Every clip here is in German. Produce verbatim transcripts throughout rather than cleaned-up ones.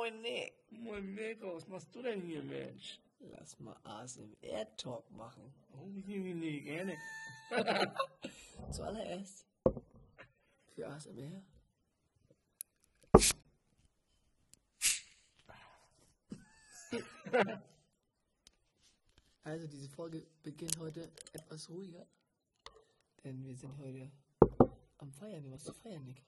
Moin Nick. Moin Mirko, was machst du denn hier, Mensch? Lass mal A S M R-Talk machen. Oh, nee, nee, gerne. Zuallererst für A S M R. Also diese Folge beginnt heute etwas ruhiger, denn wir sind heute am Feiern. Wir was zu feiern, Nick.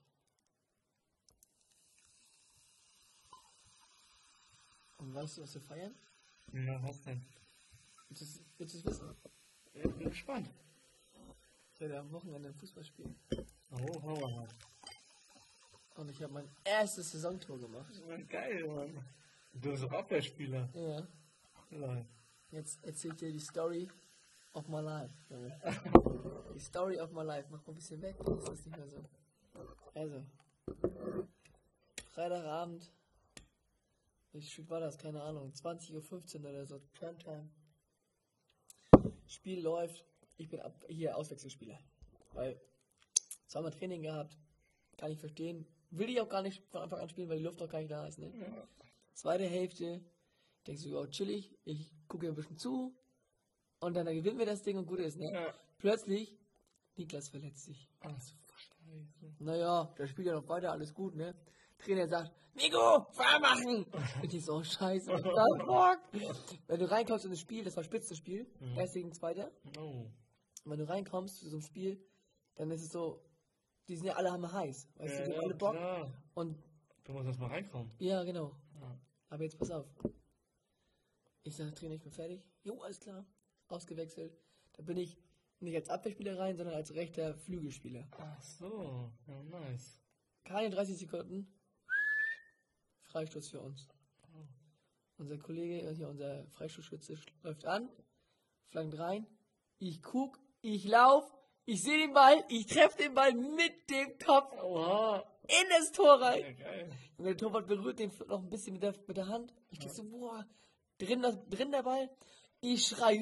Und weißt du, was wir feiern? Na, was denn? Willst du es- willst du es wissen? Ich bin gespannt. Ich werde am Wochenende ein Fußball spielen. Oh, hau mal. Und ich habe mein erstes Saisontor gemacht. Geil, Mann. Du bist auch Abwehrspieler. Ja. Nein. Jetzt erzähl ich dir die Story of my life. Junge. Die Story of my life. Mach mal ein bisschen weg, dann ist das nicht mehr so. Also. Freitagabend. Wie spät war das? Keine Ahnung. zwanzig Uhr fünfzehn oder so. Primetime. Spiel läuft. Ich bin ab, hier Auswechselspieler. Weil zweimal Training gehabt. Kann ich verstehen. Will ich auch gar nicht von Anfang an spielen, weil die Luft auch gar nicht da ist. Ne? Ja. Zweite Hälfte. Denkst du, oh, chillig. Ich gucke ein bisschen zu. Und dann gewinnen wir das Ding und gut ist. Ne? Ja. Plötzlich. Niklas verletzt sich. Ach so, scheiße. Naja, der spielt ja noch weiter, alles gut, ne? Trainer sagt, Nico, fahr machen! Und ich so, oh, scheiße, was ist das, fuck? Wenn du reinkommst in das Spiel, das war Spitzenspiel, Mhm. erst gegen Zweiter. Oh. Wenn du reinkommst zu so einem Spiel, dann ist es so, die sind ja alle hammer heiß, weißt du, die Ja, haben alle Bock. klar. Und, Du musst erst mal reinkommen. ja, genau. Ja. Aber jetzt pass auf. Ich sage, Trainer, ich bin fertig. Jo, alles klar. Ausgewechselt. Da bin ich nicht als Abwehrspieler rein, sondern als rechter Flügelspieler. Ach so, ja, nice. Keine dreißig Sekunden. Freistoß für uns. Unser Kollege, also unser Freistoßschütze, läuft an, flankt rein. Ich guck, ich lauf, ich sehe den Ball, ich treffe den Ball mit dem Kopf Oha. in das Tor Ja, rein. geil. Und der Torwart berührt den noch ein bisschen mit der, mit der Hand. Ich denke so, boah, drin, das, drin der Ball. Ich schrei.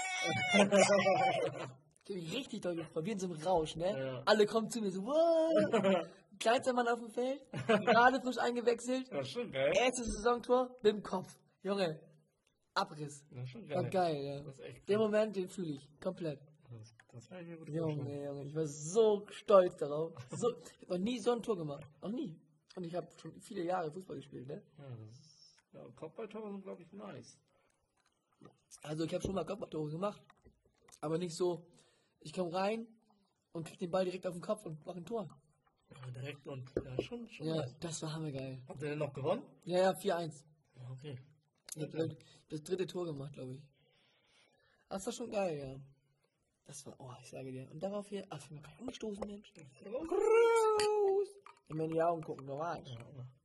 Ich hab mich richtig doll gefreut, wie in so einem Rausch, ne? Ja. Alle kommen zu mir so, wow. Kleinster Mann auf dem Feld, gerade frisch eingewechselt. Das ist schon geil. Erstes Saisontor mit dem Kopf. Junge, Abriss. Das ist schon War geil. geil, ja. Das ist echt Den cool. Moment, den fühle ich komplett. Das, das kann ich mir gut vorstellen. Junge, Junge, ich war so stolz darauf. So, ich habe noch nie so ein Tor gemacht. Noch nie. Und ich habe schon viele Jahre Fußball gespielt, ne? Ja, das ist, ja, Kopfballtore sind, glaube ich, nice. Also ich habe schon mal Kopfballtore gemacht. Aber nicht so, ich komme rein und krieg den Ball direkt auf den Kopf und mache ein Tor. Ja, direkt und, ja, schon, schon Ja, nice. das war hammergeil. Habt ihr denn noch gewonnen? Ja, ja, vier eins. Ja, okay. Ich habe das dritte Tor gemacht, glaube ich. Das war schon geil, ja. Das war, oh, ich sage dir. Und darauf hier, ach, ich bin noch umgestoßen, Mensch. Groß. Immer in die Augen gucken, normal. Ja,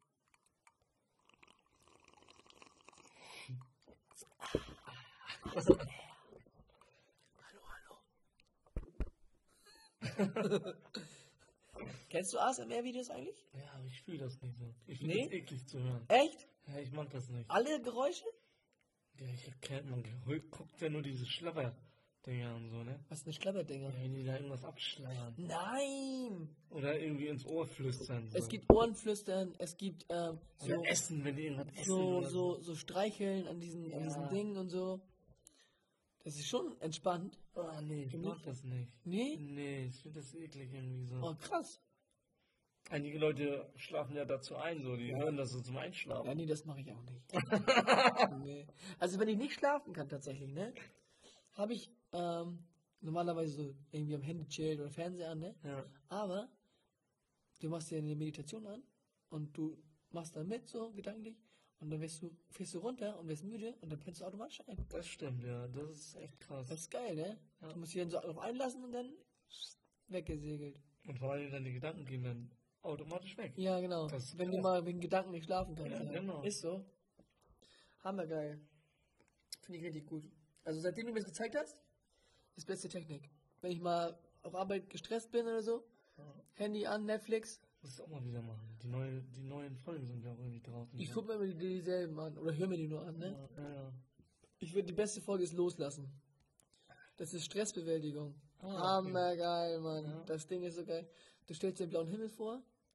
Hallo, hallo. Kennst du A S M R-Videos eigentlich? ja, aber ich fühle das nicht so. Ich finde Nee? das eklig zu hören. Echt? Ja, ich mag das nicht. Alle Geräusche? Ja, ich erkennt, man ge- guckt ja nur diese Schlapper-Dinger und so, ne? Was ist eine Schlapperdinger? Ja, wenn die da irgendwas abschleiern. Nein! Oder irgendwie ins Ohr flüstern. So. Es gibt Ohrenflüstern, es gibt ähm, so, Oder essen, wenn die irgendwas essen. so, oder so, so Streicheln an diesen, an diesen Ja. Dingen und so. Das ist schon entspannt. Oh, nee, ich mag das nicht. Nee? Nee, ich finde das eklig irgendwie so. Oh, krass. Einige Leute schlafen ja dazu ein, so, die hören das so zum Einschlafen. Ja, nee, das mache ich auch nicht. Nee. Also wenn ich nicht schlafen kann tatsächlich, ne, habe ich ähm, normalerweise so irgendwie am Handy chillt oder Fernseher an, ne? Ja. Aber du machst dir eine Meditation an und du machst dann mit so gedanklich und dann wirst du, fährst du runter und wirst müde und dann pennst du automatisch ein. Das stimmt, ja, das ist echt krass. Das ist geil, ne? Ja. Du musst dich dann so darauf einlassen und dann weggesegelt. Und vor allem dann die Gedanken gehen dann automatisch weg. Ja, genau. Das ist Wenn du krass. mal wegen Gedanken nicht schlafen kannst. Ja, genau. Ist so. Hammergeil. Finde ich richtig gut. Also seitdem du mir das gezeigt hast, ist beste Technik. Wenn ich mal auf Arbeit gestresst bin oder so, Ja. Handy an, Netflix, Das ist auch mal wieder machen. Die, neue, die neuen Folgen sind ja auch irgendwie draußen. ich ne? gucke mir immer die, dieselben an oder höre mir die nur an. Ne? Ja, ja, ja. Ich würde die beste Folge ist loslassen. Das ist Stressbewältigung. Ah, okay. Hammergeil, Mann. Ja. Das Ding ist so geil. Du stellst dir den blauen Himmel vor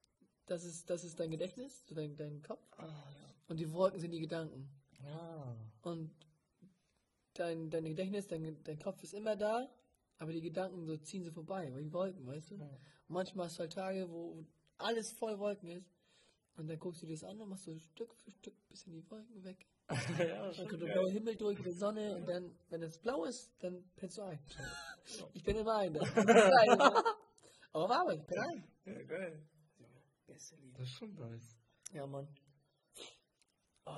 das ist, das ist dein Gedächtnis, so dein, dein Kopf. Ah, ja. Und die Wolken sind die Gedanken. Ja. Und dein, dein Gedächtnis, dein, dein Kopf ist immer da, aber die Gedanken so ziehen so vorbei, wie Wolken, weißt du? Ja. Und manchmal hast du halt Tage, wo alles voll Wolken ist. Und dann guckst du dir das an und machst so Stück für Stück bis in die Wolken weg. Ja, Dann schon kommt der geil. blaue Himmel durch, die Sonne und dann, wenn es blau ist, dann pennst du ein. Ich bin immer ein. Das ist geil, ne? Aber auf Arbeit, ich bin ein. Ja, geil. Das ist schon nice. Ja, Mann. Oh.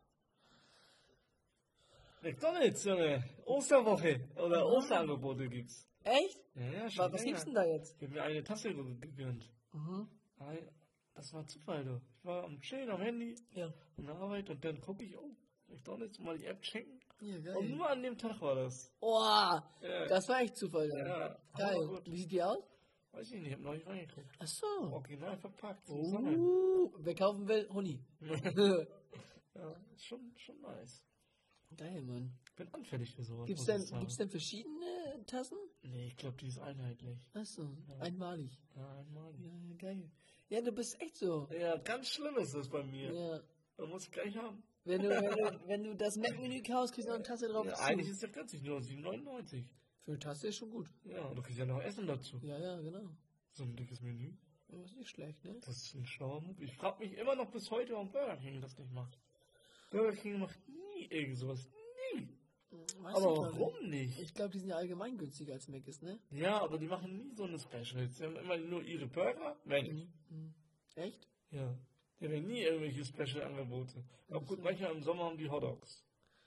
McDonalds, Junge. Osterwoche oder Osterangebote gibt's. Echt? Ja, ja, Was, schon was länger. gibt's denn da jetzt? Ich hab mir eine Tasse gegönnt. Mhm. Nein, das war Zufall, du. Ich war am Chillen am Handy, Ja. an der Arbeit und dann gucke ich, oh, McDonalds, mal die App checken. Ja, Und geil. nur an dem Tag war das. Oh, Ja, das war echt Zufall. Dann. ja, Geil. aber gut. Wie sieht die aus? Weiß ich nicht, hab noch nicht reingeguckt. Ach so. Original verpackt. zum Sammeln. Uh, wer kaufen will, Huni. Ja, ist schon, schon nice. Geil, Mann. Bin anfällig für sowas. Gibt's muss denn, ich sagen. gibt's denn verschiedene Tassen? Nee, ich glaube, die ist einheitlich. Ach so, Ja. einmalig. Ja, einmal. Ja, ja, geil. Ja, du bist echt so. Ja, ganz schlimm ist das bei mir. Ja. Man muss ich gleich haben. Wenn du, wenn du, wenn du das Mac-Menü kaufst, kriegst du noch eine Tasse drauf. Ja, zu. eigentlich ist das günstig, nur sieben neunundneunzig. Für eine Tasse ist schon gut. Ja, und du kriegst ja noch Essen dazu. Ja, ja, genau. So ein dickes Menü. Das ist nicht schlecht, ne? Das ist ein schlauer Move. Ich frage mich immer noch bis heute, warum Burger King das nicht macht. Burger King macht nie irgend sowas. Nie. Weiß Aber ich gar nicht. warum nicht? Ich glaube, die sind ja allgemein günstiger als Mac ist, ne? Ja, aber die machen nie so eine Specials. Sie haben immer nur ihre Burger. Mensch. Mhm. Echt? Ja. Die haben ja nie irgendwelche Special-Angebote. Aber gut, manchmal im Sommer haben die Hot Dogs.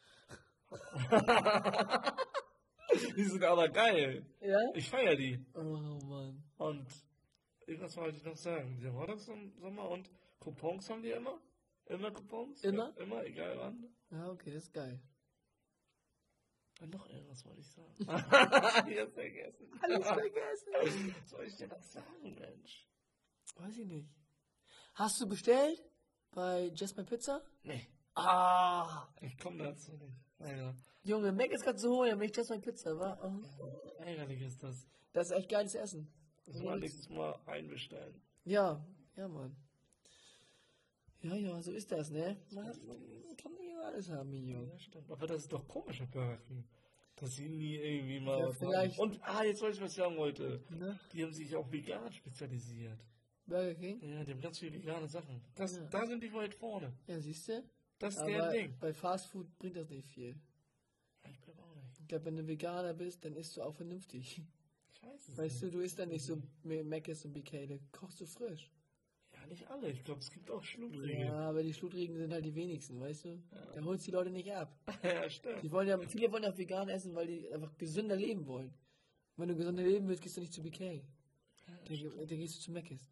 Die sind aber geil. Ja? Ich feiere die. Oh, Mann. Und irgendwas wollte ich noch sagen. Die haben Hot Dogs im Sommer und Coupons haben die immer. Immer Coupons. Immer? Ja, immer, egal wann. Ja, okay, das ist geil. Und noch irgendwas wollte ich sagen. Ich hab's vergessen. Alles vergessen. Was soll ich dir noch sagen, Mensch? Weiß ich nicht. Hast du bestellt? Bei Just My Pizza? Nee, Ah! ich komme dazu nicht. Leider. Junge, Mac ist gerade so hoch, ja, wenn ich Just My Pizza war. Oh. Ärgerlich ist das. Das ist echt geiles Essen. Das mal nächstes Mal einbestellen. Ja, ja, Mann. Ja, ja, so ist das, ne? Man hat, man kann nicht immer alles haben, Mio. Ja, stimmt. Aber das ist doch komisch mit Burger King. Dass sie nie irgendwie mal. Ja, was vielleicht- haben. Und, ah, jetzt weiß ich, was ich sagen wollte. Ne? Die haben sich auch vegan spezialisiert. Burger King? Ja, die haben ganz viele vegane Sachen. Das, Ja. Da sind die weit vorne. Ja, siehst du? Das ist Aber der Ding. bei Fast Food bringt das nicht viel. Ja, ich glaube auch nicht. Ich glaube, wenn du Veganer bist, dann isst du auch vernünftig. Ich weiß es Weißt nicht. du, du isst dann nicht so Mc's und B K, da kochst du frisch. Ja, nicht alle. Ich glaube, es gibt auch Schludriegel. Ja, aber die Schludrigen sind halt die wenigsten, weißt du? Da holst die Leute nicht ab. Ja, stimmt. Die wollen ja, viele wollen ja vegan essen, weil die einfach gesünder leben wollen. Und wenn du gesünder leben willst, gehst du nicht zu B K. Da, da gehst du zu Mc's.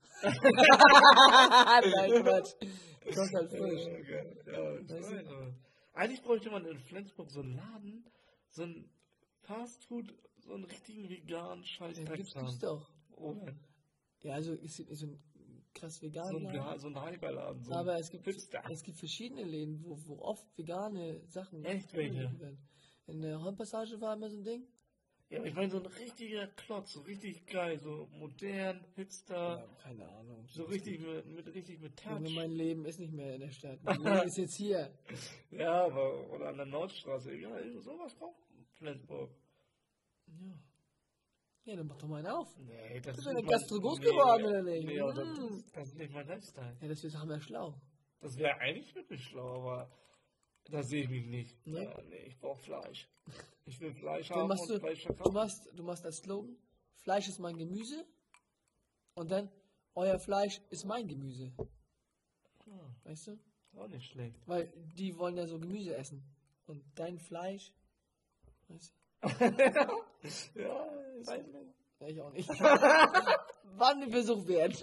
Nein, Quatsch. Du kochst halt frisch. Ja, okay. Ja, ich Weißt du? weiß, aber eigentlich bräuchte man in Flensburg so einen Laden, so ein Fastfood, so einen richtigen veganen Scheiß Ja, gibt's, gibt's doch. Oder Ja, also es gibt nicht so ein krass so veganer ein, Laden. so ein Hyperladen. So Aber ein es gibt, Hipster. es gibt verschiedene Läden, wo, wo oft vegane Sachen Echt welche? angeboten werden. In der Hornpassage war immer so ein Ding. Ja, aber ich meine so ein richtiger Klotz, so richtig geil, so modern, Hipster, keine Ahnung. so richtig mit, mit richtig mit Touch. Junge, mein Leben ist nicht mehr in der Stadt. Mein Leben ist jetzt hier. Ja, aber oder an der Nordstraße, ja, sowas braucht Flensburg. Ja. Ja, dann mach doch mal einen auf. Nee, das Bist ist du in nicht der mein- Gastro groß nee, geworden, oder nicht? Nee, aber Mm. das, das ist nicht mein Lifestyle. Ja, das haben wir schlau. Das wäre eigentlich wirklich schlau, aber da sehe ich mich nicht. Nee? Ja, nee, ich brauche Fleisch. Ich will Fleisch Dann haben machst und du, Fleisch du verkaufen. machst, du machst als Slogan, Fleisch ist mein Gemüse. Und dann, euer Fleisch ist mein Gemüse. Ah, Weißt du? auch nicht schlecht. Weil die wollen ja so Gemüse essen. Und dein Fleisch, weißt Ja, ich weiß nicht. du? Ja, ich auch nicht. War ein Versuch wert.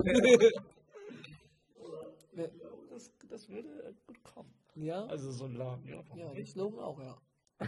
Ich glaube, das, das würde gut kommen. Ja? Also so ein Laden, ja. Ja, der Slogan auch, ja.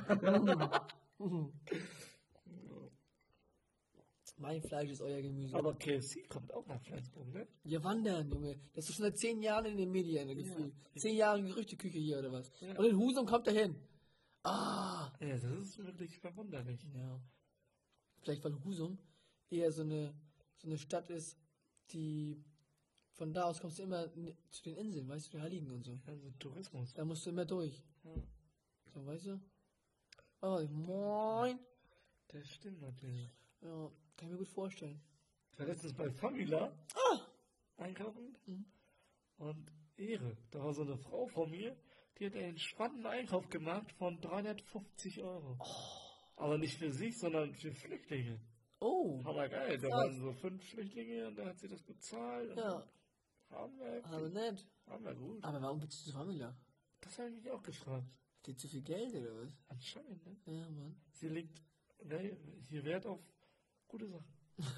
Mein Fleisch ist euer Gemüse. Aber K F C kommt auch nach Flensburg, ne? Ja, wandern, Junge. Das ist schon seit zehn Jahren in den Medien, gefühlt. Ja. Zehn Jahre Gerüchteküche hier, oder was? Ja. Und in Husum kommt er hin. Ah! Ja, das ist wirklich verwunderlich. Ja. Vielleicht, weil Husum eher so eine, so eine Stadt ist, die von da aus kommst du immer n- zu den Inseln, weißt du, die Heiligen und so. Also Tourismus. Da musst du immer durch. Ja, So, weißt du? Oh, moin. das stimmt natürlich. Ja, kann ich mir gut vorstellen. Ich war letztens bei Famila einkaufen Mhm. und Ehre. Da war so eine Frau von mir, die hat einen spannenden Einkauf gemacht von dreihundertfünfzig Euro. Aber nicht für sich, sondern für Flüchtlinge. Oh, Hammer geil. Da Krass. waren so fünf Flüchtlinge und da hat sie das bezahlt. Und ja, Haben wir, aber nett. haben wir gut. Aber warum willst du zu Familia? Das habe ich mich auch gefragt. Hat die zu viel Geld oder was? Anscheinend, ne? Ja, Mann. Sie legt ne, hier Wert auf gute Sachen.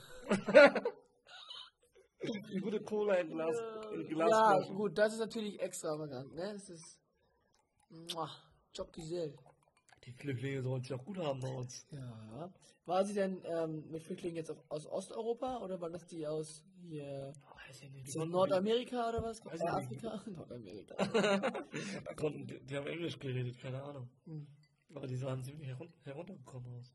Die gute Cola in Glas. In Ja, Glasflaschen. gut, das ist natürlich extravagant, ne? Das ist. Muah, Job Giselle. Die Flüchtlinge sollen sich auch gut haben bei uns. Ja. War sie denn ähm, mit Flüchtlingen jetzt auf, aus Osteuropa oder waren das die aus hier Weiß ich nicht. Die so konnten- Nordamerika oder was? Weiß Äh, ich nicht. Afrika? Nordamerika. die, konnten, die, die haben Englisch geredet, keine Ahnung. Hm. Aber die sahen ziemlich herun heruntergekommen aus.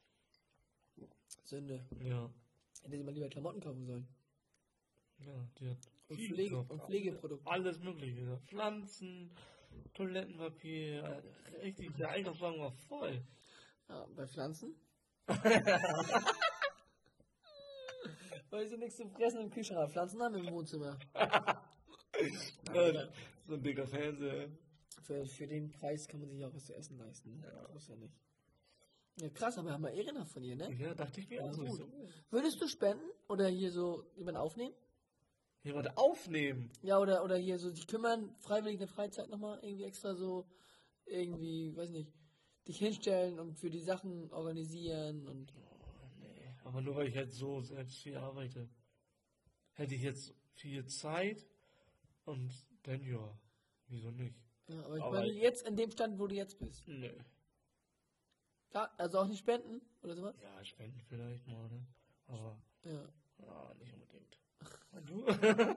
Sünde. Ja. Hätte sie mal lieber Klamotten kaufen sollen. Ja, die hat Und, viel Pflege, gekauft. und Pflegeprodukte. Alles mögliche. Ja. Pflanzen, Toilettenpapier, äh, richtig, der Einkaufswagen war voll. Ja, bei Pflanzen. Weil sie nichts zu fressen im Kühlschrank haben. Pflanzen haben wir im Wohnzimmer. Ja, so ein dicker Fernseher. Für, für den Preis kann man sich auch was zu essen leisten. Ne? Ja. Muss ja nicht. Ja, krass, aber haben wir Ehre von dir, ne? Ja, dachte ich mir auch so. gut. so. Würdest du spenden oder hier so jemanden aufnehmen? Jemand aufnehmen. Ja, oder, oder hier so sich kümmern, freiwillig in der Freizeit nochmal irgendwie extra so, irgendwie, weiß nicht, dich hinstellen und für die Sachen organisieren und. Oh, nee. Aber nur weil ich halt so selbst viel arbeite. Hätte ich jetzt viel Zeit und dann ja, wieso nicht? Ja, aber ich Aber- meine, jetzt in dem Stand, wo du jetzt bist. Nö. Ja, also auch nicht spenden oder sowas? Ja, spenden vielleicht mal, ne? Aber Ja. ja, nicht unbedingt. Und du?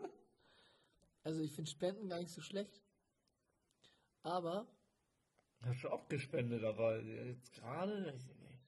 Also ich finde Spenden gar nicht so schlecht. Aber, Hast du auch gespendet, aber jetzt gerade, weiß ich nicht.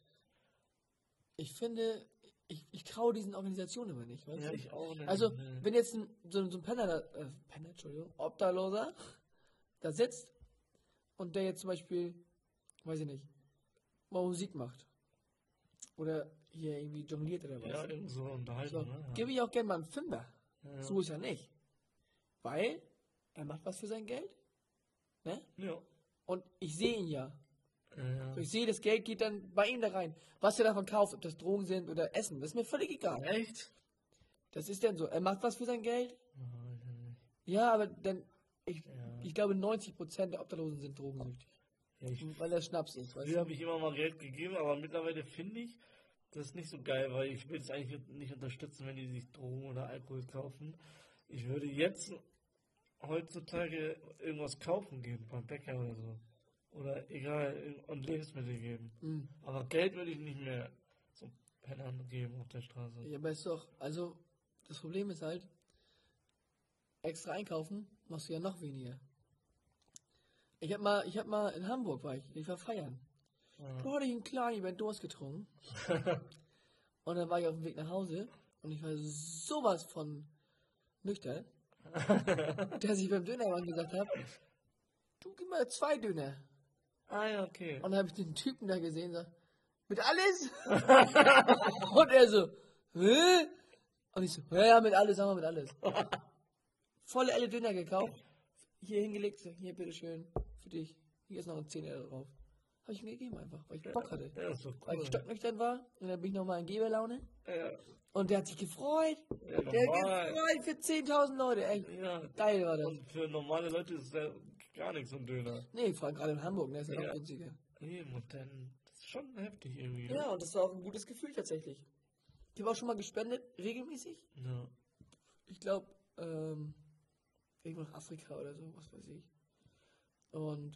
ich finde, ich, ich traue diesen Organisationen immer nicht, weißt Ja, du? ich auch nicht. Also, ne. wenn jetzt ein, so, so ein Penner, da, äh, Penner, Entschuldigung, Obdachloser da sitzt und der jetzt zum Beispiel, weiß ich nicht, mal Musik macht. Oder hier irgendwie jongliert oder was. Ja, irgend so so, Unterhaltung, ne? gebe ich auch gerne mal einen Fünfer. Ja. So ist ja nicht. Weil er macht was für sein Geld. Ne? Ja. Und ich sehe ihn ja. Ja. Ich sehe, das Geld geht dann bei ihm da rein. Was er davon kauft, ob das Drogen sind oder Essen, das ist mir völlig egal. Echt? Das ist dann so. Er macht was für sein Geld. Ja, weiß ich nicht. Ja, aber dann, ich, Ja. ich glaube, neunzig Prozent der Obdachlosen sind drogensüchtig. Ja, ich, Weil das Schnaps ist. Weißt früher du? habe ich immer mal Geld gegeben, aber mittlerweile finde ich das ist nicht so geil, weil ich will es eigentlich nicht unterstützen, wenn die sich Drogen oder Alkohol kaufen. Ich würde jetzt heutzutage irgendwas kaufen gehen, beim Bäcker oder so. Oder egal, und Lebensmittel geben. Hm. Aber Geld würde ich nicht mehr so Pennern geben auf der Straße. Ja, aber ist doch, also, das Problem ist halt, extra einkaufen machst du ja noch weniger. Ich hab mal, ich hab mal in Hamburg war ich, ich war feiern. Ja. Da hatte ich einen kleinen über den Durst getrunken. Und dann war ich auf dem Weg nach Hause und ich war sowas von nüchtern, dass ich beim Dönermann gesagt habe, du gib mal zwei Döner. Ah ja, okay. Und dann habe ich den Typen da gesehen, so, mit alles? Und er so, hä? Und ich so, ja, ja, mit alles, sagen wir mit alles. Volle Elle Döner gekauft, hier hingelegt, so, hier, bitteschön, für dich. Hier ist noch ein Zehner drauf. Habe ich ihm gegeben einfach, weil ich Bock hatte. Ja, ist doch Weil cool. ich stocknüchtern war und dann bin ich nochmal in Geberlaune. Ja, Und der hat sich gefreut. ja, Der hat normal. gefreut für zehntausend Leute, echt. Ja, Geil war das. und für normale Leute ist das gar nichts, so ein Döner. Nee, vor allem gerade in Hamburg, ne, ist ja noch Ja. günstiger. Eben, und dann, das ist schon heftig irgendwie. Ja, und das war auch ein gutes Gefühl tatsächlich. Ich habe auch schon mal gespendet, regelmäßig. Ja. Ich glaube, ähm, irgendwo nach Afrika oder so, was weiß ich. Und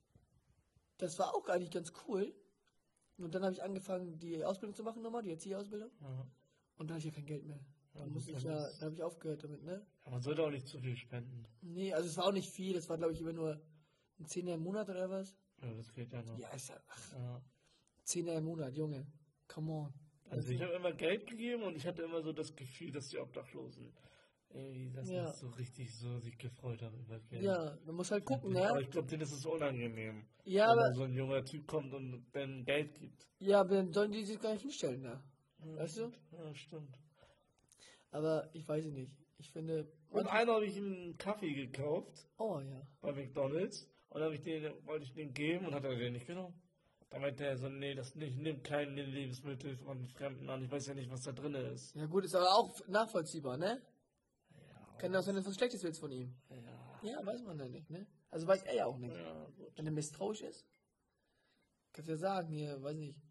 das war auch eigentlich ganz cool. Und dann habe ich angefangen, die Ausbildung zu machen nochmal, die Erzieherausbildung. Ja. Und dann hatte ich ja kein Geld mehr. Ja, Dann musste dann ich ja, ist- dann habe ich aufgehört damit, ne? Ja, man sollte auch nicht zu viel spenden. Nee, also es war auch nicht viel, es war glaube ich immer nur ein Zehner im Monat oder was. Ja, das geht ja noch. Ja, ist ja, ach, Ja. Zehner im Monat, Junge. Come on. Also ich habe immer Geld gegeben und ich hatte immer so das Gefühl, dass die Obdachlosen Ey, das Ja. ist so richtig so sich gefreut haben über Geld. Ja, man muss halt gucken, ne? Aber ich glaube, denen ist es unangenehm, Ja, wenn aber, da so ein junger Typ kommt und dann Geld gibt. ja, aber dann sollen die sich gar nicht hinstellen, da. Ja, Weißt du? Ja, stimmt. Aber ich weiß es nicht. Ich finde. Und einmal habe ich ihm einen Kaffee gekauft Oh ja. bei McDonalds und habe ich den, wollte ich den geben und hat er den nicht genommen. Da meinte er so, nee, das nicht, nimmt kein Lebensmittel von Fremden an. Ich weiß ja nicht, was da drin ist. Ja gut, ist aber auch nachvollziehbar, ne? Ja, Kann das sein, dass du was Schlechtes willst von ihm? ja, Ja, weiß man ja nicht, ne? Also weiß er ja auch nicht. ja, gut. Wenn er misstrauisch ist, kannst du ja sagen, hier, weiß nicht.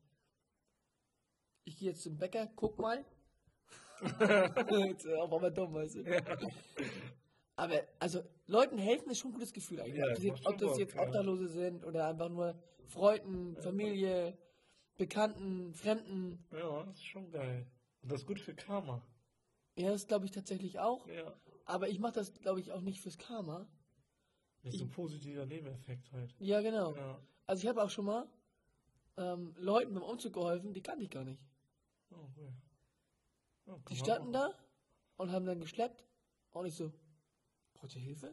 Ich gehe jetzt zum Bäcker, guck mal. Jetzt, äh, auch mal dumm, weißt du? Aber, also, Leuten helfen ist schon ein gutes Gefühl eigentlich. Ja, ob das das jetzt, macht ob schon das Bock, jetzt ja. Obdachlose sind oder einfach nur Freunden, Familie, Bekannten, Fremden. Ja, das ist schon geil. Und das ist gut für Karma. Ja, das glaube ich tatsächlich auch. Ja. Aber ich mache das, glaube ich, auch nicht fürs Karma. Das ist ein positiver Nebeneffekt halt. Ja, genau. Ja. Also ich habe auch schon mal ähm, Leuten beim Umzug geholfen, die kannte ich gar nicht. Oh, cool. Ja, kann Die man standen auch. da und haben dann geschleppt. Und ich so, braucht ihr Hilfe?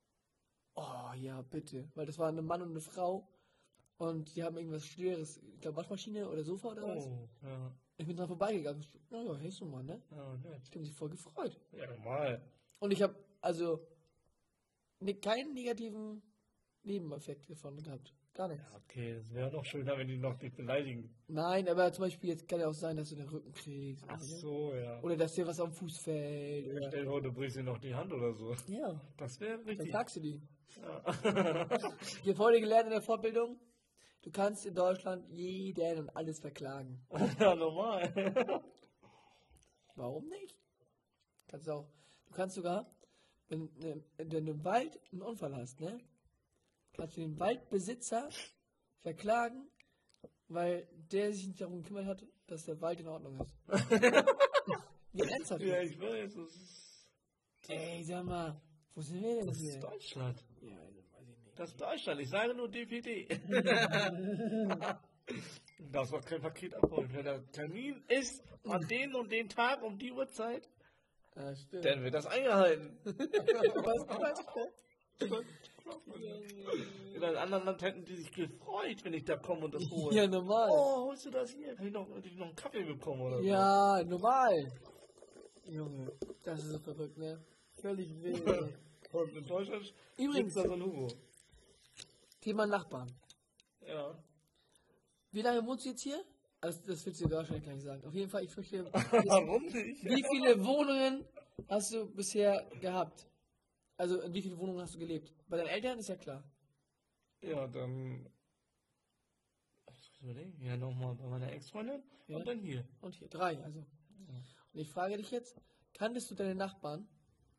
Oh ja, bitte. Weil das war ein Mann und eine Frau. Und die haben irgendwas Schweres, ich glaube Waschmaschine oder Sofa oder was. Oh, ja. Ich bin dran vorbeigegangen. Ich so, na ja, hilfst du mal, ne? Ja, nett. Die haben sich voll gefreut. Ja, normal. Und ich habe also ne, keinen negativen Nebeneffekt davon gehabt. Gar nichts. Ja, okay, das wäre noch schöner, wenn die noch dich beleidigen. Nein, aber zum Beispiel jetzt kann ja auch sein, dass du den Rücken kriegst. Ach oder so, ne? so, ja. Oder dass dir was auf den Fuß fällt. Stell Oder, dir vor, du brichst dir noch die Hand oder so. ja, Das wäre dann richtig. fragst du die. Ja. Ich habe heute gelernt in der Fortbildung, du kannst in Deutschland jeden und alles verklagen. Ja, normal. Warum nicht? Kannst du auch. Du kannst sogar, wenn, ne, wenn du im Wald einen Unfall hast, ne? Kannst du den Waldbesitzer verklagen, weil der sich nicht darum gekümmert hat, dass der Wald in Ordnung ist. Wie ernsthaft? Ja, jetzt? ich weiß, das ist, Ey, sag mal, wo sind wir denn das ist hier? Deutschland. Ja, also weiß ich nicht. Das ist Deutschland, ich sage nur D P D. Du darfst auch kein Paket abholen. Wenn der Termin ist an den und den Tag um die Uhrzeit, Ah, stimmt. dann wird das eingehalten. Was Quatsch, ne? In einem anderen Land hätten die sich gefreut, wenn ich da komme und das hole. Ja, normal. Oh, holst du das hier? Hätte ich noch, hätte ich noch einen Kaffee bekommen oder so. Ja, normal. Junge, das ist so verrückt, ne? Völlig wild. ey. Und in Deutschland Übrigens, gibt's da so ein Hugo. Thema Nachbarn. Ja. Wie lange wohnst du jetzt hier? Also, das willst du dir wahrscheinlich gar nicht sagen. Auf jeden Fall, ich möchte wissen, Warum nicht? wie viele Wohnungen hast du bisher gehabt? Also, in wie viele Wohnungen hast du gelebt? Bei deinen Eltern ist ja klar. Ja, dann. Was muss ich überlegen? Ja, nochmal bei meiner Ex-Freundin Ja. und dann hier. Und hier, drei, also. Und ich frage dich jetzt, kanntest du deine Nachbarn?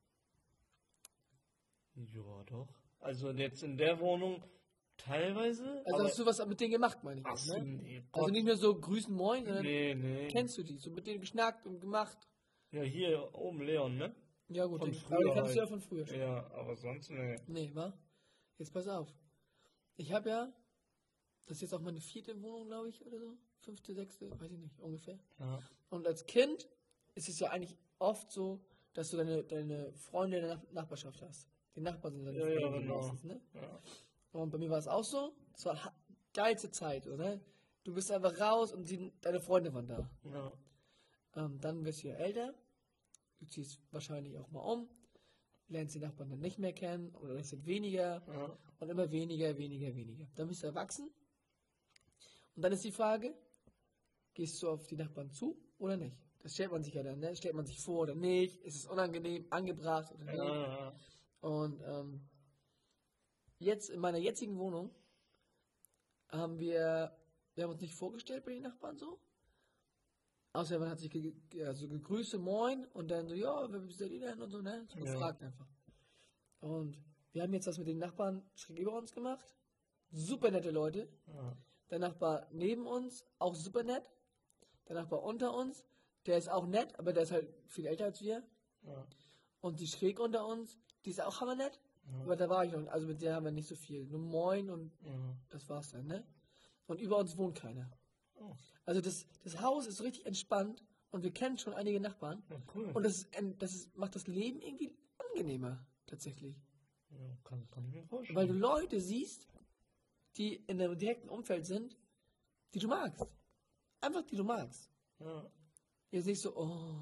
Ja, doch. Also jetzt in der Wohnung teilweise. Also aber- hast du was mit denen gemacht, meine ich. Ach jetzt, so, ne? nee. Also Gott, nicht nur so grüßen, moin, sondern nee, nee. kennst du die? So mit denen geschnackt und gemacht? Ja, hier oben Leon, ne? Ja gut, Von den, früher aber den kannst du ja halt. von früher schon. Ja, aber sonst, nee. Nee, wa? Jetzt pass auf. Ich habe ja, das ist jetzt auch meine vierte Wohnung, glaube ich, oder so. Fünfte, sechste, weiß ich nicht, ungefähr. Ja. Und als Kind ist es ja eigentlich oft so, dass du deine, deine Freunde in der Nach Nachbarschaft hast. Die Nachbarn sind deine Ja, ja, Freunde genau. meistens, ne? Ja. Und bei mir war es auch so. Es war ha- geilste Zeit, oder? Du bist einfach raus und die, deine Freunde waren da. Ja. Ähm, dann wirst du ja älter. Du ziehst wahrscheinlich auch mal um. Lernst die Nachbarn dann nicht mehr kennen oder es sind weniger. Ja. Und immer weniger, weniger, weniger. Dann bist du erwachsen. Und dann ist die Frage, gehst du auf die Nachbarn zu oder nicht? Das stellt man sich ja dann, ne? Stellt man sich vor oder nicht? Ist es unangenehm, angebracht oder nicht? Ja, ja. Und ähm, jetzt in meiner jetzigen Wohnung haben wir, wir haben uns nicht vorgestellt bei den Nachbarn so. Außer man hat sich ge ge- also gegrüßt, moin, und dann so, ja, wer seid ihr denn und so, ne? So Ja. gefragt einfach. Und wir haben jetzt das mit den Nachbarn schräg über uns gemacht. Super nette Leute. Ja. Der Nachbar neben uns, auch super nett. Der Nachbar unter uns, der ist auch nett, aber der ist halt viel älter als wir. Ja. Und die schräg unter uns, die ist auch hammer-nett. Ja. Aber da war ich noch, also mit der haben wir nicht so viel. Nur moin und Ja. das war's dann, ne? Und über uns wohnt keiner. Oh. Also das, das Haus ist richtig entspannt und wir kennen schon einige Nachbarn. Ja, cool. Und das, ist, ein- das ist, macht das Leben irgendwie angenehmer, tatsächlich. Ja, kann, kann ich mir vorstellen. Weil du Leute siehst, die in deinem direkten Umfeld sind, die du magst. Einfach die du magst. Ja. Jetzt nicht so, oh,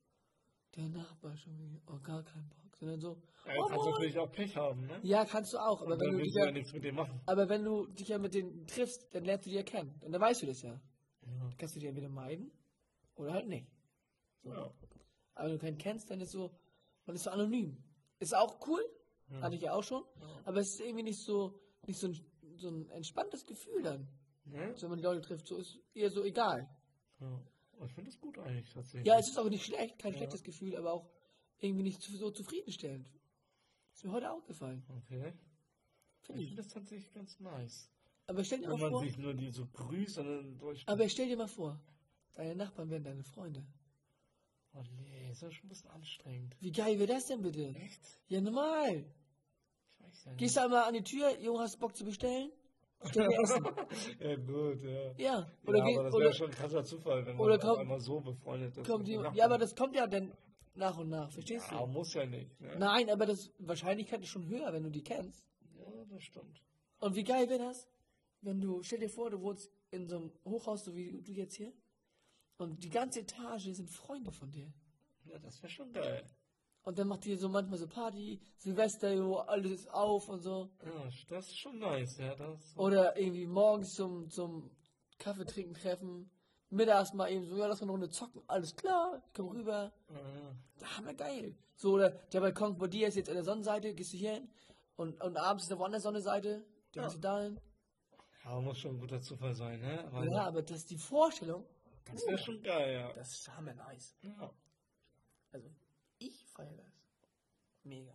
der Nachbar schon wieder, oh, gar keinen Bock. Sondern so, Ja, oh, kannst moin. natürlich auch Pech haben, ne? Ja, kannst du auch. Aber Und wenn dann du willst dich du ja ja, nichts mit dem machen. aber wenn du dich ja mit denen triffst, dann lernst du die ja kennen. Und dann weißt du das ja. Ja. Kannst du die entweder meiden oder halt nicht. So. Ja. Aber wenn du keinen kennst, dann ist so, man ist so anonym. Ist auch cool, Ja. hatte ich ja auch schon. Ja. Aber es ist irgendwie nicht so, nicht so ein, so ein entspanntes Gefühl dann. Ne? So, wenn man die Leute trifft, so ist eher so egal. Ja. Ich finde das gut eigentlich tatsächlich. Ja, es ist auch nicht schlecht, kein Ja. schlechtes Gefühl, aber auch irgendwie nicht zu- so zufriedenstellend. Ist mir heute aufgefallen. Okay. Finde Ich ich. finde das tatsächlich ganz nice. Aber stell dir Wenn mal man vor, sich nur die so grüßt und dann durch. aber stell dir mal vor, deine Nachbarn wären deine Freunde. Oh nee, ist ja schon ein bisschen anstrengend. Wie geil wäre das denn bitte? Echt? Ja, normal. Ich weiß ja nicht. Gehst du einmal an die Tür, Junge, hast du Bock zu bestellen? Stell dir Essen. Ja, gut, ja. Ja. Oder, ja, geh- aber das oder wäre schon ein krasser Zufall, wenn oder man kommt- auf einmal so befreundet ist. kommt mit die, den ja, Nachbarn. aber das kommt ja dann nach und nach, verstehst Ja, du? muss ja nicht. Ne? Nein, aber das Wahrscheinlichkeit ist schon höher, wenn du die kennst. Ja, das stimmt. Und wie geil wäre das, wenn du, stell dir vor, du wohnst in so einem Hochhaus, so wie du jetzt hier, und die ganze Etage sind Freunde von dir. Ja, das wäre schon geil. Und dann macht ihr so manchmal so Party, Silvester, jo, alles ist auf und so. Ja, das ist schon nice, ja. Das, Oder irgendwie morgens zum, zum Kaffee trinken treffen. Mittags mal eben so, ja, lass mal eine Runde zocken. Alles klar, komm rüber. ja, Da haben wir geil. So, oder der Balkon bei dir ist jetzt an der Sonnenseite, gehst du hier hin. Und, und abends ist er woanders Sonnenseite, dann Ja. gehst du da hin. ja, muss schon ein guter Zufall sein, ne? Aber Ja, aber das ist die Vorstellung. das wäre schon geil, ja. Das ist hammer nice. ja. Also, ich feiere das. Mega.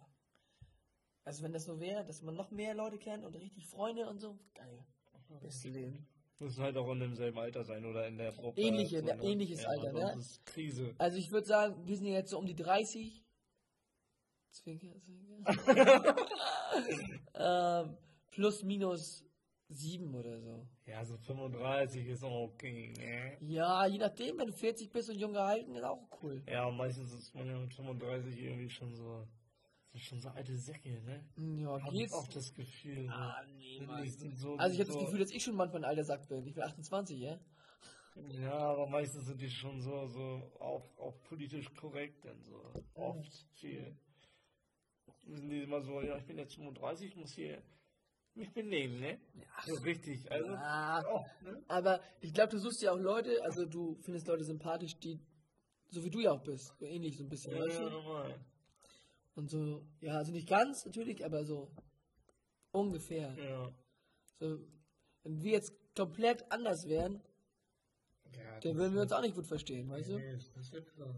Also, wenn das so wäre, dass man noch mehr Leute kennt und richtig Freunde und so, geil. Beste Leben. Muss halt auch in demselben Alter sein oder in der Gruppe. Ähnliche, so, ne? ne? ähnliches ja, Alter, sonst ne? ist Krise. Also, ich würde sagen, wir sind jetzt so um die dreißig. Zwinker, zwinker. ähm, plus, minus sieben oder so. Ja, so fünfunddreißig ist auch okay, ne? Ja, je nachdem, wenn du vierzig bist und jung gehalten, ist auch cool. Ja, meistens ist man ja mit fünfunddreißig irgendwie schon so, sind schon so alte Säcke, ne? Ja, Hab geht's? auch das Gefühl. Ah, so. nee, Finde Mann. ich, sind so, Also ich habe so, das Gefühl, dass ich schon manchmal ein alter Sack bin. Ich bin achtundzwanzig, ja? Ja, aber meistens sind die schon so, so auch, auch politisch korrekt und so. Oft viel. Sind die immer so, ja, ich bin jetzt fünfunddreißig, muss hier mich benehmen, ne? Ja. So richtig, also. Ah, Oh, ne? aber ich glaube, du suchst ja auch Leute, also du findest Leute sympathisch, die so wie du ja auch bist, so ähnlich so ein bisschen, Ja, weißt ja, du? normal. Und so, ja, also nicht ganz natürlich, aber so ungefähr. Ja. So, wenn wir jetzt komplett anders wären, Ja, dann würden wir uns auch nicht gut verstehen, weißt du? Nee, das ist ja klar.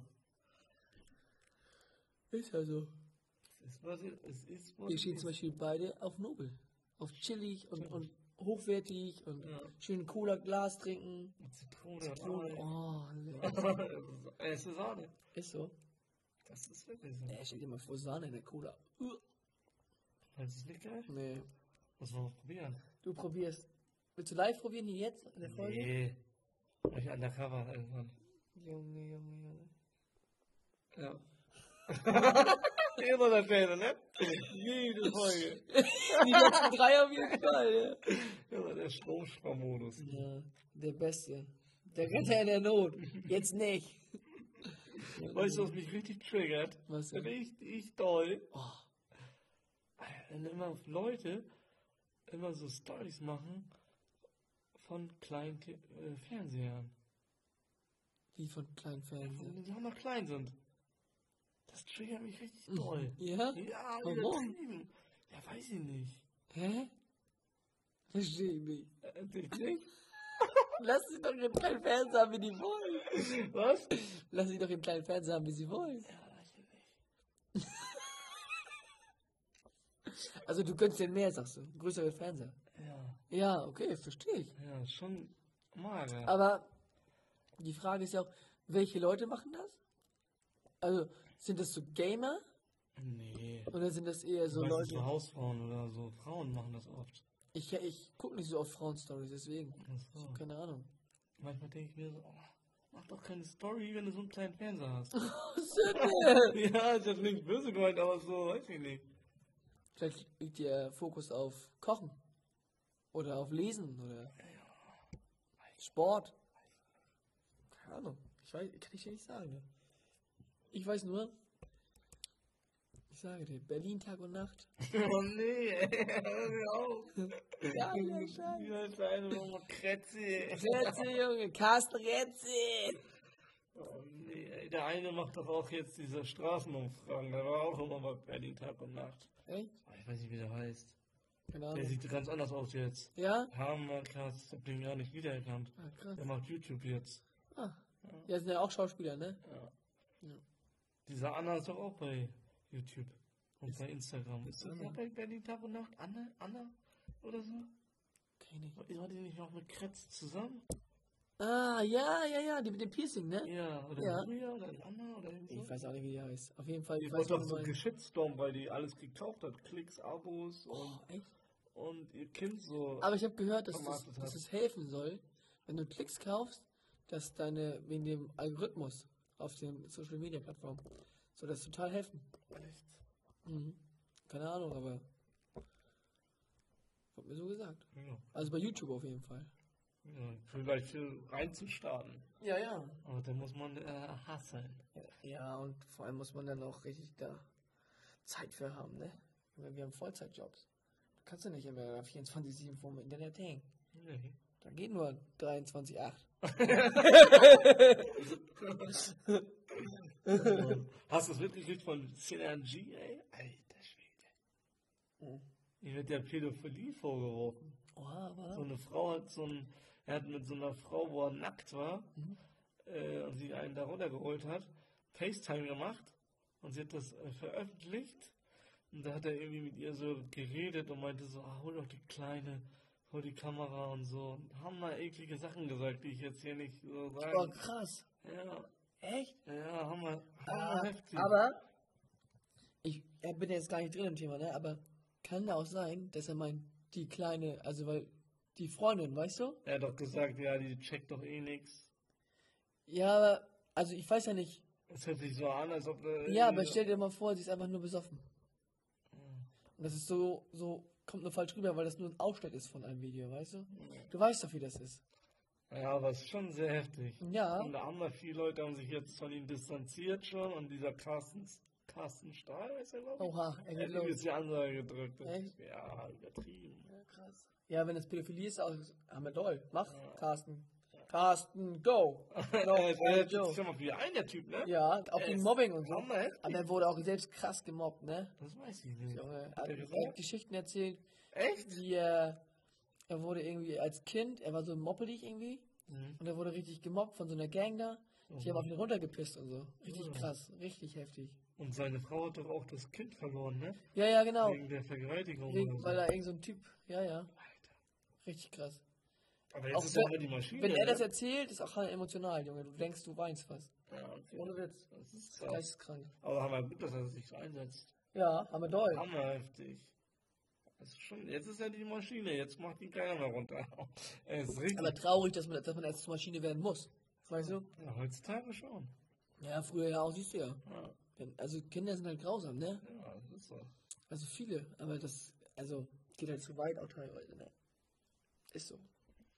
Ist ja so. Es ist was, es ist was. Wir es stehen ist. zum Beispiel beide auf Nobel. Auf chillig und, und hochwertig und Ja. schön Cola-Glas trinken. Mit Zitrone, Zitrone. Zitrone. Oh, lecker. Es ist Sahne. Ist so. Das ist wirklich so. Ey, stell dir mal vor, Sahne in der Cola. Uh, Findest du es nicht geil? nee. Muss man mal probieren. Du probierst. Willst du live probieren hier jetzt in der Folge? Nee. Mach ich undercover irgendwann. Junge, Junge, Junge. Ja. Immer der Fähne, ne? Jede Folge. Die letzten drei auf jeden Fall, ja. Immer der Stromsparmodus. Ja, der Beste. Der Retter in der Not. Jetzt nicht. Weißt du, was mich richtig triggert? Was denn? Richtig doll. Oh, Wenn immer Leute immer so Stories machen von kleinen Te- äh, Fernsehern. wie von kleinen Fernsehen. Die auch noch klein sind. Das triggert mich richtig doll. Ja? Ja, Warum? übertrieben. Ja, weiß ich nicht. Hä? Verstehe ich nicht. Äh, dich nicht? Lass sie doch ihren kleinen Fernseher haben, wie die wollen. Was? Lass sie doch ihren kleinen Fernseher haben, wie sie wollen. Ja, weiß ich nicht. Also du könntest den mehr, sagst du. Größere Fernseher. Ja, Ja, okay, verstehe ich. ja, schon mager. Aber die Frage ist ja auch, welche Leute machen das? Also, sind das so Gamer? Nee. Oder sind das eher so Meistens Leute? so Hausfrauen oder so. Frauen machen das oft. Ich, ich gucke nicht so auf Frauen-Stories, deswegen. Ach so. Keine Ahnung. Manchmal denke ich mir so, oh, mach doch keine Story, wenn du so einen kleinen Fernseher hast. Sünde! Ja, ist jetzt nicht böse gemeint, aber so, weiß ich nicht. Vielleicht liegt der Fokus auf Kochen. Oder auf Lesen oder Sport. Keine Ahnung. Ich weiß, kann ich dir nicht sagen. Ne? Ich weiß nur, ich sage dir, Berlin Tag und Nacht. Oh nee, ey, hör mir auf. Ja, ja, scheiße. Wie heißt der eine nochmal? Kretzi. Retze, Junge, Carsten Retze. Oh nee, ey, der eine macht doch auch jetzt diese Straßenumfragen. Der war auch immer bei Berlin Tag und Nacht. Echt? Oh, ich weiß nicht, wie der heißt. Keine Der Ahnung. sieht ganz anders aus jetzt. Ja? Hammer krass, ich hab den gar nicht wiedererkannt. Ah, krass. Der macht YouTube jetzt. Ah. Ja, sind ja auch Schauspieler, ne? Ja. Ja. Dieser Anna ist doch auch bei YouTube und bei Instagram. Ist das Anna? auch bei Berlin Tag und Nacht? Anna? Anna? Oder so? Kenn ich. War die nicht auch mit Kretz zusammen? Ah, ja, ja, ja, die mit dem Piercing, ne? Ja, oder Ja. Julia oder Anna oder irgendwie so. Ich weiß auch nicht, wie die heißt. Auf jeden Fall, Die ich wurde weiß doch was so du meinst. geschitstormt, weil die alles gekauft hat. Klicks, Abos und, Oh, echt? und ihr Kind so. Aber ich habe gehört, dass das, vermarktet hat. dass es helfen soll, wenn du Klicks kaufst, dass deine, wegen dem Algorithmus auf den Social Media Plattformen, soll das total helfen. Echt? Mhm. Keine Ahnung, aber wurde mir so gesagt. Ja. Also bei YouTube auf jeden Fall. Ja, vielleicht äh, reinzustarten. Ja, ja. Aber da muss man äh, hasseln. Ja, und vor allem muss man dann auch richtig da Zeit für haben, ne? Wir wir haben Vollzeitjobs. Da kannst du nicht immer vierundzwanzig sieben vom Internet hängen. Nee. Da geht nur dreiundzwanzig acht. Hast du es mitgekriegt von Synergy, ey? Alter Schwede. Mhm. Ihm wird ja Pädophilie vorgeworfen. Oha, So aber. eine Frau hat so ein, er hat mit so einer Frau, wo er nackt war, Mhm. äh, und sie einen da runtergeholt hat, FaceTime gemacht und sie hat das äh, veröffentlicht und da hat er irgendwie mit ihr so geredet und meinte so, ah, hol doch die Kleine, hol die Kamera und so. Und haben mal eklige Sachen gesagt, die ich jetzt hier nicht so Oh, sagen. krass. Ja, Echt? ja, haben wir. Ah, heftig. aber ich äh, bin jetzt gar nicht drin im Thema, ne? Aber kann auch sein, dass er meint, die kleine, also weil die Freundin, weißt du? Er hat doch gesagt, ja, die checkt doch eh nix. Ja, aber, also ich weiß ja nicht. Es hört sich so an, als ob... Äh, Ja, aber stell dir mal vor, sie ist einfach nur besoffen. Und das ist so, so, kommt nur falsch rüber, weil das nur ein Ausschnitt ist von einem Video, weißt du? Du weißt doch, wie das ist. Ja, aber es ist schon sehr heftig. Ja. Und da haben da viele Leute haben sich jetzt von ihm distanziert schon und dieser Carsten, Carsten Stahl, ist er, glaube ich? Oha, er Er geht hat ihm los. jetzt die Ansage gedrückt. Das Echt? ist, ja, übertrieben. Ja, krass. Ja, wenn es Pädophilie ist, auch, haben wir doll. Mach, Ja. Carsten. Carsten, go! Er Go, ist er Joe. ist schon mal wie ein, der Typ, ne? Ja, auch Er gegen ist Mobbing und so. hammerheftig. Aber er wurde auch selbst krass gemobbt, ne? Das weiß ich nicht. Junge, Hat er er gesagt? hat Geschichten erzählt, Echt? wie er, er wurde irgendwie als Kind, er war so moppelig irgendwie, Mhm. und er wurde richtig gemobbt von so einer Gang da. Die haben auf ihn runtergepisst und so. Richtig Ja. krass, richtig heftig. Und seine Frau hat doch auch das Kind verloren, ne? Ja, ja, genau. Wegen der Vergewaltigung. Wegen, oder so. weil da irgend so ein Typ, ja, ja, Alter. richtig krass. Aber Auch jetzt ist so- er aber die Maschine. Wenn er das ne? erzählt, ist auch halt emotional, Junge. Du denkst, du weinst fast. Ja, okay. Ohne Witz. Das ist krass. Geisteskrank. Aber haben wir gut, dass er sich so einsetzt. Ja, haben wir doll. Hammerheftig. Das ist schon, jetzt ist er die Maschine, jetzt macht ihn keiner mehr runter. Er ist richtig. Aber traurig, dass man, dass man erst zur Maschine werden muss. Weißt du? Ja, heutzutage schon. Ja, früher ja auch, siehst du ja. Ja, Denn- Also Kinder sind halt grausam, ne? ja, das ist so. Also viele, aber das, also geht halt zu weit auch teilweise, ne? Ist so.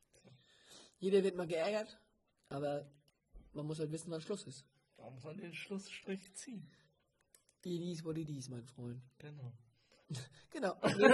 Jeder wird mal geärgert, aber man muss halt wissen, wann Schluss ist. Da muss man den Schlussstrich ziehen. It is what it is, mein Freund. Genau. Genau.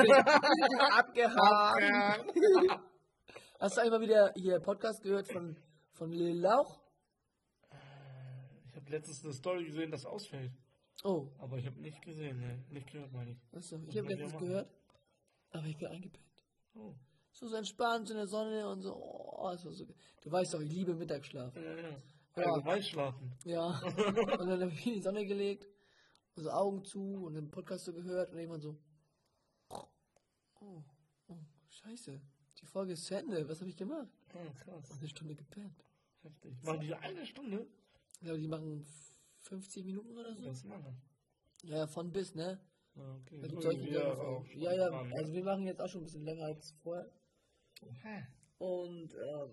Abgehakt. Hast du einfach wieder hier Podcast gehört von, von Lil Lauch? Ich habe letztens eine Story gesehen, das ausfällt. Oh, Aber ich habe nicht gesehen, ne? Nicht gehört, meine ich. achso, ich Was habe soll ich letztens machen? gehört, aber ich bin eingepennt. Oh. So, so entspannt in der Sonne und so. Oh, das war so ge- du weißt doch, ich liebe Mittagsschlaf. Ja, ja. Ja. Allgemein schlafen. Ja. Und dann habe ich in die Sonne gelegt, und so Augen zu und den Podcast so gehört und irgendwann so. Oh, oh, scheiße. Die Folge ist zu Ende. Was habe ich gemacht? Ja, krass. Eine Stunde gepennt. Heftig. Machen die eine Stunde? Ich glaube, die machen fünfzig Minuten oder so. Das machen. Ja, ja, von bis, ne? Ah, okay. Da So gibt's solche wie Dinge wir von. auch Ja, ja, schon also wir machen jetzt auch schon ein bisschen länger als vorher. Hä? Und ähm,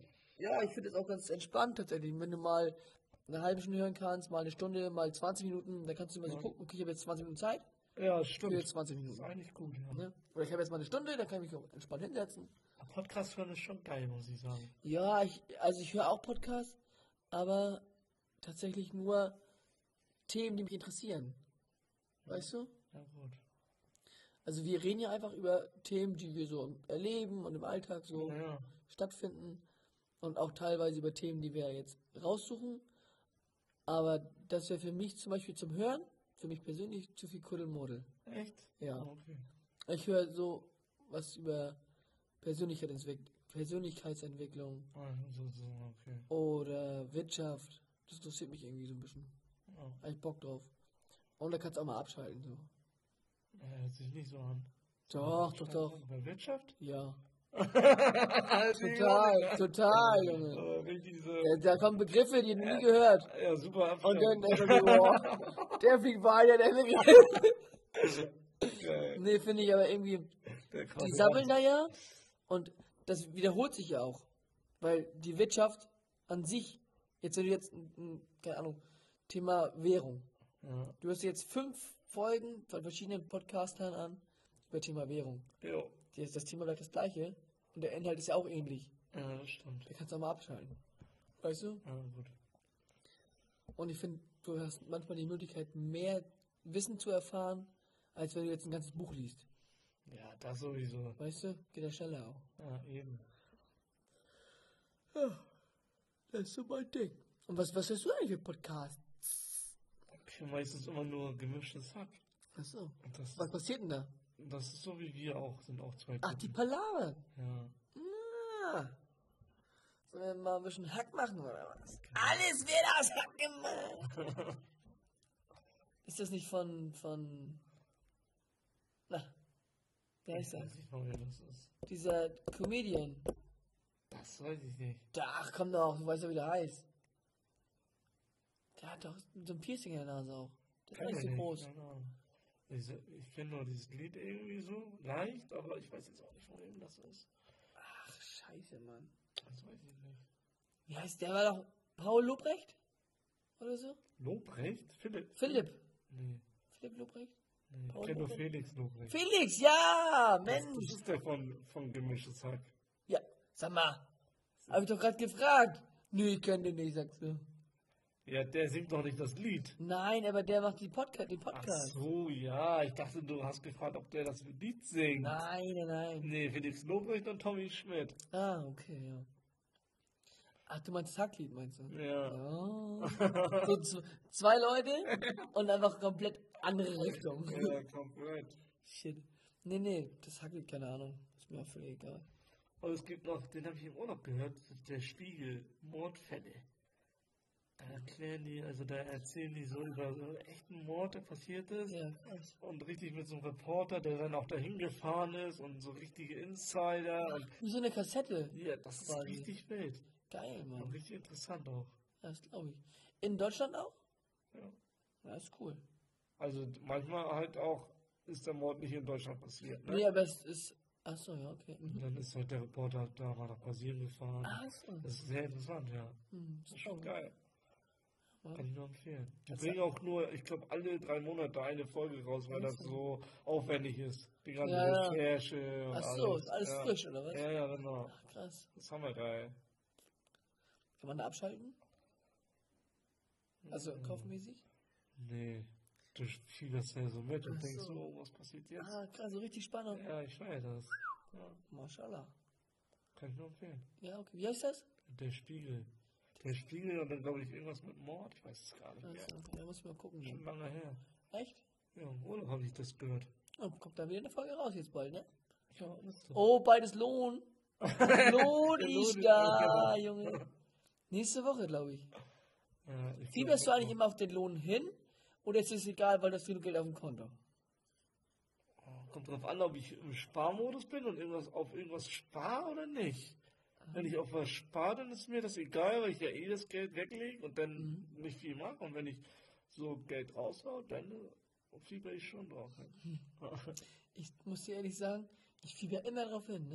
ja, ich finde es auch ganz entspannt tatsächlich. Wenn du mal eine halbe Stunde hören kannst, mal eine Stunde, mal zwanzig Minuten, dann kannst du immer so Ja. gucken, okay, ich habe jetzt zwanzig Minuten Zeit, Ja, für stimmt. jetzt zwanzig Das ist Minuten. eigentlich gut, ja. Ne? Oder ich habe jetzt mal eine Stunde, dann kann ich mich auch entspannt hinsetzen. Podcast hören ist schon geil, muss ich sagen. Ja, ich, also ich höre auch Podcasts, aber tatsächlich nur Themen, die mich interessieren. Weißt du? Ja, gut. Also wir reden ja einfach über Themen, die wir so erleben und im Alltag so Ja, ja. stattfinden. Und auch teilweise über Themen, die wir jetzt raussuchen. Aber das wäre für mich zum Beispiel zum Hören, für mich persönlich zu viel Kuddelmuddel. Echt? Ja. Ah, okay. Ich höre so was über Persönlichkeitsentwick- Persönlichkeitsentwicklung Ah, so, so, okay. oder Wirtschaft. Das interessiert mich irgendwie so ein bisschen. Ja. Hab ich Bock drauf. Und da kannst du auch mal abschalten. So. Ja, hört sich nicht so an. Doch, doch, doch. Bei Wirtschaft? Ja. Total, Total, total, Junge. Oh, richtig so. Ja, da kommen Begriffe, die du nie gehört. Ja, super Und Abstand. dann einfach so, boah, der fliegt weiter, der Begriff. Geil. Nee, finde ich aber irgendwie, Der die krasse sammeln da ja und das wiederholt sich ja auch. Weil die Wirtschaft an sich, jetzt wenn du jetzt, ein- ein, keine Ahnung, Thema Währung. Ja. Du hörst jetzt fünf Folgen von verschiedenen Podcastern an über Thema Währung. Jo. Das das Thema bleibt das gleiche und der Inhalt ist ja auch ähnlich. Ja, das stimmt. Da kannst du auch mal abschalten. Weißt du? Ja, gut. Und ich finde, du hast manchmal die Möglichkeit, mehr Wissen zu erfahren, als wenn du jetzt ein ganzes Buch liest. Ja, das sowieso. Weißt du? Geht ja schneller auch. Ja, eben. Ja, das ist so mein Ding. Und was, was hörst du eigentlich für Podcasts? Ich höre meistens immer nur gemischtes Hack. Achso. Und das, Was passiert denn da? das ist so wie wir auch, sind auch zwei Ach, die Typen. Palaver. Ja. Ah. Sollen wir mal ein bisschen Hack machen oder was? Alles wird aus Hack gemacht. Ist das nicht von, von, na, wer Ich ist weiß das? nicht mal, wer das ist. Dieser Comedian. Das weiß ich nicht. Ach, komm doch, du weißt ja, wie der heißt. Der hat doch so ein Piercing in der Nase auch. Der ist Kenn nicht ich so nicht, groß. keine Ahnung. Ich, ich kenne nur dieses Lied irgendwie so, leicht, aber ich weiß jetzt auch nicht, von wem das ist. Ach, scheiße, Mann. Das weiß ich nicht. Wie heißt der? War doch Paul Lobrecht? Oder so? Lobrecht? Philipp? Philipp. Nee, Philipp Lobrecht? nee. Ich Paul kenne nur Lobrecht? Felix Lobrecht. Felix, ja, Das, Mensch. das ist der von, von Gemischtes Hack. Ja, sag mal. Hab ich doch gerade gefragt. Nö, ich kenne den nicht, sagst du. Ja, der singt doch nicht das Lied. Nein, aber der macht die Podca den Ach Podcast. so, ja. Ich dachte, du hast gefragt, ob der das Lied singt. Nein, nein, nein. Nee, Felix Lobrecht und Tommy Schmidt. Ah, okay, ja. Ach, du meinst das Hacklied, meinst du? Ja. Ja. So z- zwei Leute und einfach komplett andere Richtung. Ja, komplett. Shit. Nee, nee, das Hacklied, keine Ahnung. Ist mir auch völlig egal. Und es gibt noch, den habe ich im Urlaub gehört, der Spiegel, Mordfälle. Da erklären die, also da erzählen die so über so einen echten Mord, der passiert ist. Ja, krass. Und richtig mit so einem Reporter, der dann auch dahin gefahren ist und so richtige Insider. Und Wie so eine Kassette. ja, das ist Quasi. richtig wild. Geil, Und Mann. richtig interessant auch. Ja, das glaube ich. In Deutschland auch? Ja. Ja, ist cool. Also manchmal halt auch ist der Mord nicht in Deutschland passiert. Ne? Nee, aber es ist. Achso, ja, okay. Und Mhm. dann ist halt der Reporter da, war nach Brasilien gefahren. Achso. Das ist sehr interessant, ja. Hm, Das ist schon geil. Ja. Kann ich nur empfehlen. Die Das bringen auch nur, ich glaube, alle drei Monate eine Folge raus, weil das Ach so. so aufwendig ist. Die ganze Ja, ja. Recherche und Achso, alles. ist alles ja. frisch, oder was? Ja, ja, genau. Ach, krass. Das haben wir geil. Kann man da abschalten? Also Mhm. kaufmäßig? Nee, du fieberst ja so mit und Ach denkst, so. oh, was passiert jetzt? Ah, krass, so richtig spannend. Ja, ich weiß das. Ja, Mashallah. kann ich nur empfehlen. Ja, okay. Wie heißt das? Der Spiegel. Der Spiegel und dann glaube ich irgendwas mit Mord, ich weiß es gar nicht mehr. Achso, da muss ich mal gucken. Schon Dann. lange her. Echt? Ja, im Urlaub habe ich das gehört. Oh, kommt da wieder eine Folge raus jetzt bald, ne? Ja, ist so. Oh, beides Lohn. Lohn Der ich Lohn da, ist- Junge. Nächste Woche, glaube ich. Ja, ich Fieberst du glaub, eigentlich immer auf den Lohn hin? Oder ist es egal, weil du hast genug Geld auf dem Konto? Kommt drauf an, ob ich im Sparmodus bin und irgendwas auf irgendwas spare oder nicht. Wenn ich auf was spare, dann ist mir das egal, weil ich ja eh das Geld weglege und dann Mhm. nicht viel mache. Und wenn ich so Geld raushau, dann äh, fieber ich schon drauf. Ich muss dir ehrlich sagen, ich fieber immer drauf hin, ne?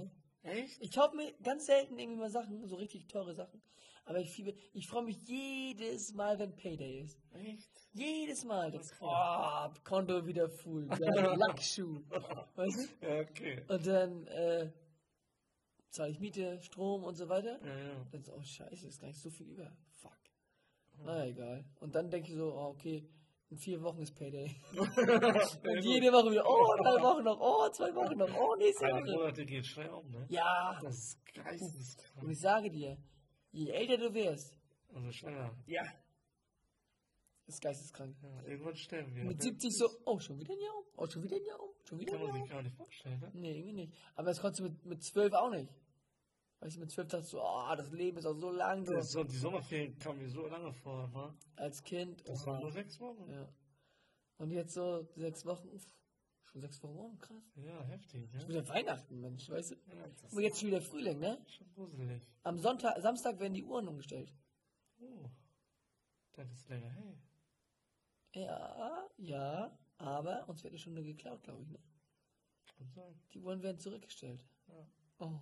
Echt? Ich kaufe mir ganz selten irgendwie mal Sachen, so richtig teure Sachen. Aber ich, fiebe- ich freue mich jedes Mal, wenn Payday ist. Echt? Jedes Mal. Das, Okay. oh, Konto wieder full. Geil, Lackschuh. Weißt du? Ja, okay. Und dann äh, zahle ich Miete, Strom und so weiter. Ja, ja. Dann so, oh scheiße, ist gar nicht so viel über. Fuck. Na egal. Und dann denke ich so, oh, okay, in vier Wochen ist Payday. Und jede Woche wieder, oh, drei Wochen noch, oh, zwei Wochen noch, oh, nächste Drei Woche. Monate geht schnell um, ne? Ja. Das ist Und geisteskrank. ich sage dir, je älter du wirst, Also schneller. ja, ist geisteskrank. Ja, irgendwann sterben wir. Mit ne? siebzig so, oh, schon wieder ein Jahr um, oh, schon wieder ein Jahr um, schon wieder Kann ein man Jahr sich um. gar nicht vorstellen, ne? Nee, irgendwie nicht. Aber das konntest du mit, mit zwölf auch nicht. Weißt du, mit zwölf dachtest du, oh, das Leben ist auch so lang. So. Das, die Sommerferien kamen mir so lange vor, ne? Als Kind. Das oh, waren nur sechs Wochen. ja. Und jetzt so sechs Wochen, uff, schon sechs Wochen um, krass. Ja, heftig, Schon ne? wieder Weihnachten, Mensch, weißt du? Ja, das Aber jetzt schon wieder Frühling, ne? ist schon gruselig. Am Sonntag, Samstag werden die Uhren umgestellt. Oh, das ist länger, hey. Ja, ja, aber uns wird eine Stunde geklaut, glaube ich, ne? Kann sein. Die Uhren werden zurückgestellt. Ja. Oh.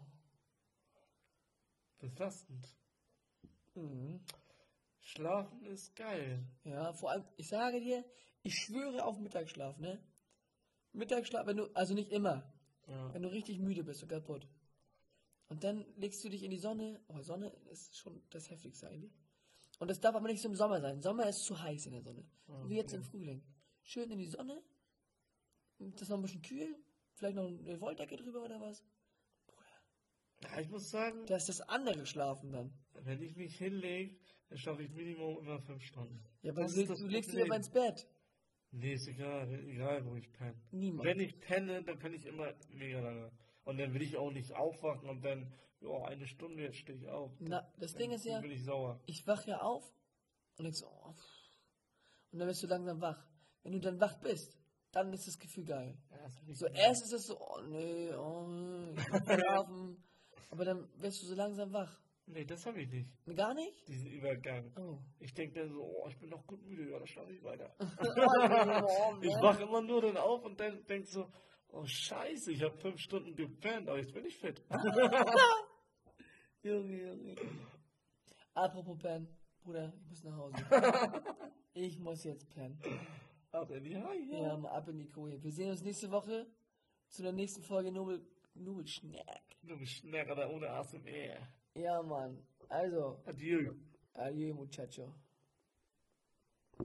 Belastend. Mhm. Schlafen ist geil. Ja, vor allem, ich sage dir, ich schwöre auf Mittagsschlaf, ne? Mittagsschlaf, wenn du, also nicht immer, Ja. wenn du richtig müde bist und kaputt. Und dann legst du dich in die Sonne. Oh, Sonne ist schon das Heftigste eigentlich. Und das darf aber nicht so im Sommer sein. Sommer ist zu heiß in der Sonne. Ah, Wie jetzt okay. im Frühling. Schön in die Sonne. Das ist noch ein bisschen kühl. Vielleicht noch eine Wolldecke drüber oder was. Ja, ich muss sagen, Da ist das andere Schlafen dann. wenn ich mich hinlege, dann schlafe ich Minimum immer fünf Stunden. Ja, weil Das du, ist legst- das du legst dich Problem. aber ins Bett. Nee, ist egal, egal wo ich penne. Niemand. Wenn ich penne, dann penne ich immer mega lange. Und dann will ich auch nicht aufwachen und dann, ja, eine Stunde, jetzt stehe ich auf. Na, das Dann Ding ist ja, bin ich sauer. ich wach ja auf und denk so, oh, pff. Und dann bist du langsam wach. Wenn du dann wach bist, dann ist das Gefühl geil. Ja, das hab ich So nicht. erst ist es so, oh nee, oh, ich muss schlafen. Aber dann wirst du so langsam wach. Nee, das habe ich nicht, Gar nicht? diesen Übergang. Oh. Ich denke dann so, oh, ich bin noch gut müde, ja, dann schlafe ich weiter. Oh, Ich wache immer nur dann auf und dann denk so, oh scheiße, ich habe fünf Stunden gepennt, aber jetzt bin ich fit. Junge, Junge. Apropos pennen. Bruder, ich muss nach Hause. Ich muss jetzt pennen. Ab in die Haie. Ja, mal ab in die Koje. Wir sehen uns nächste Woche zu der nächsten Folge Nobel, Nobel Schnack. Du bist schneller da ohne A S M R. Ja, Mann. Also, Adieu. adieu, muchacho.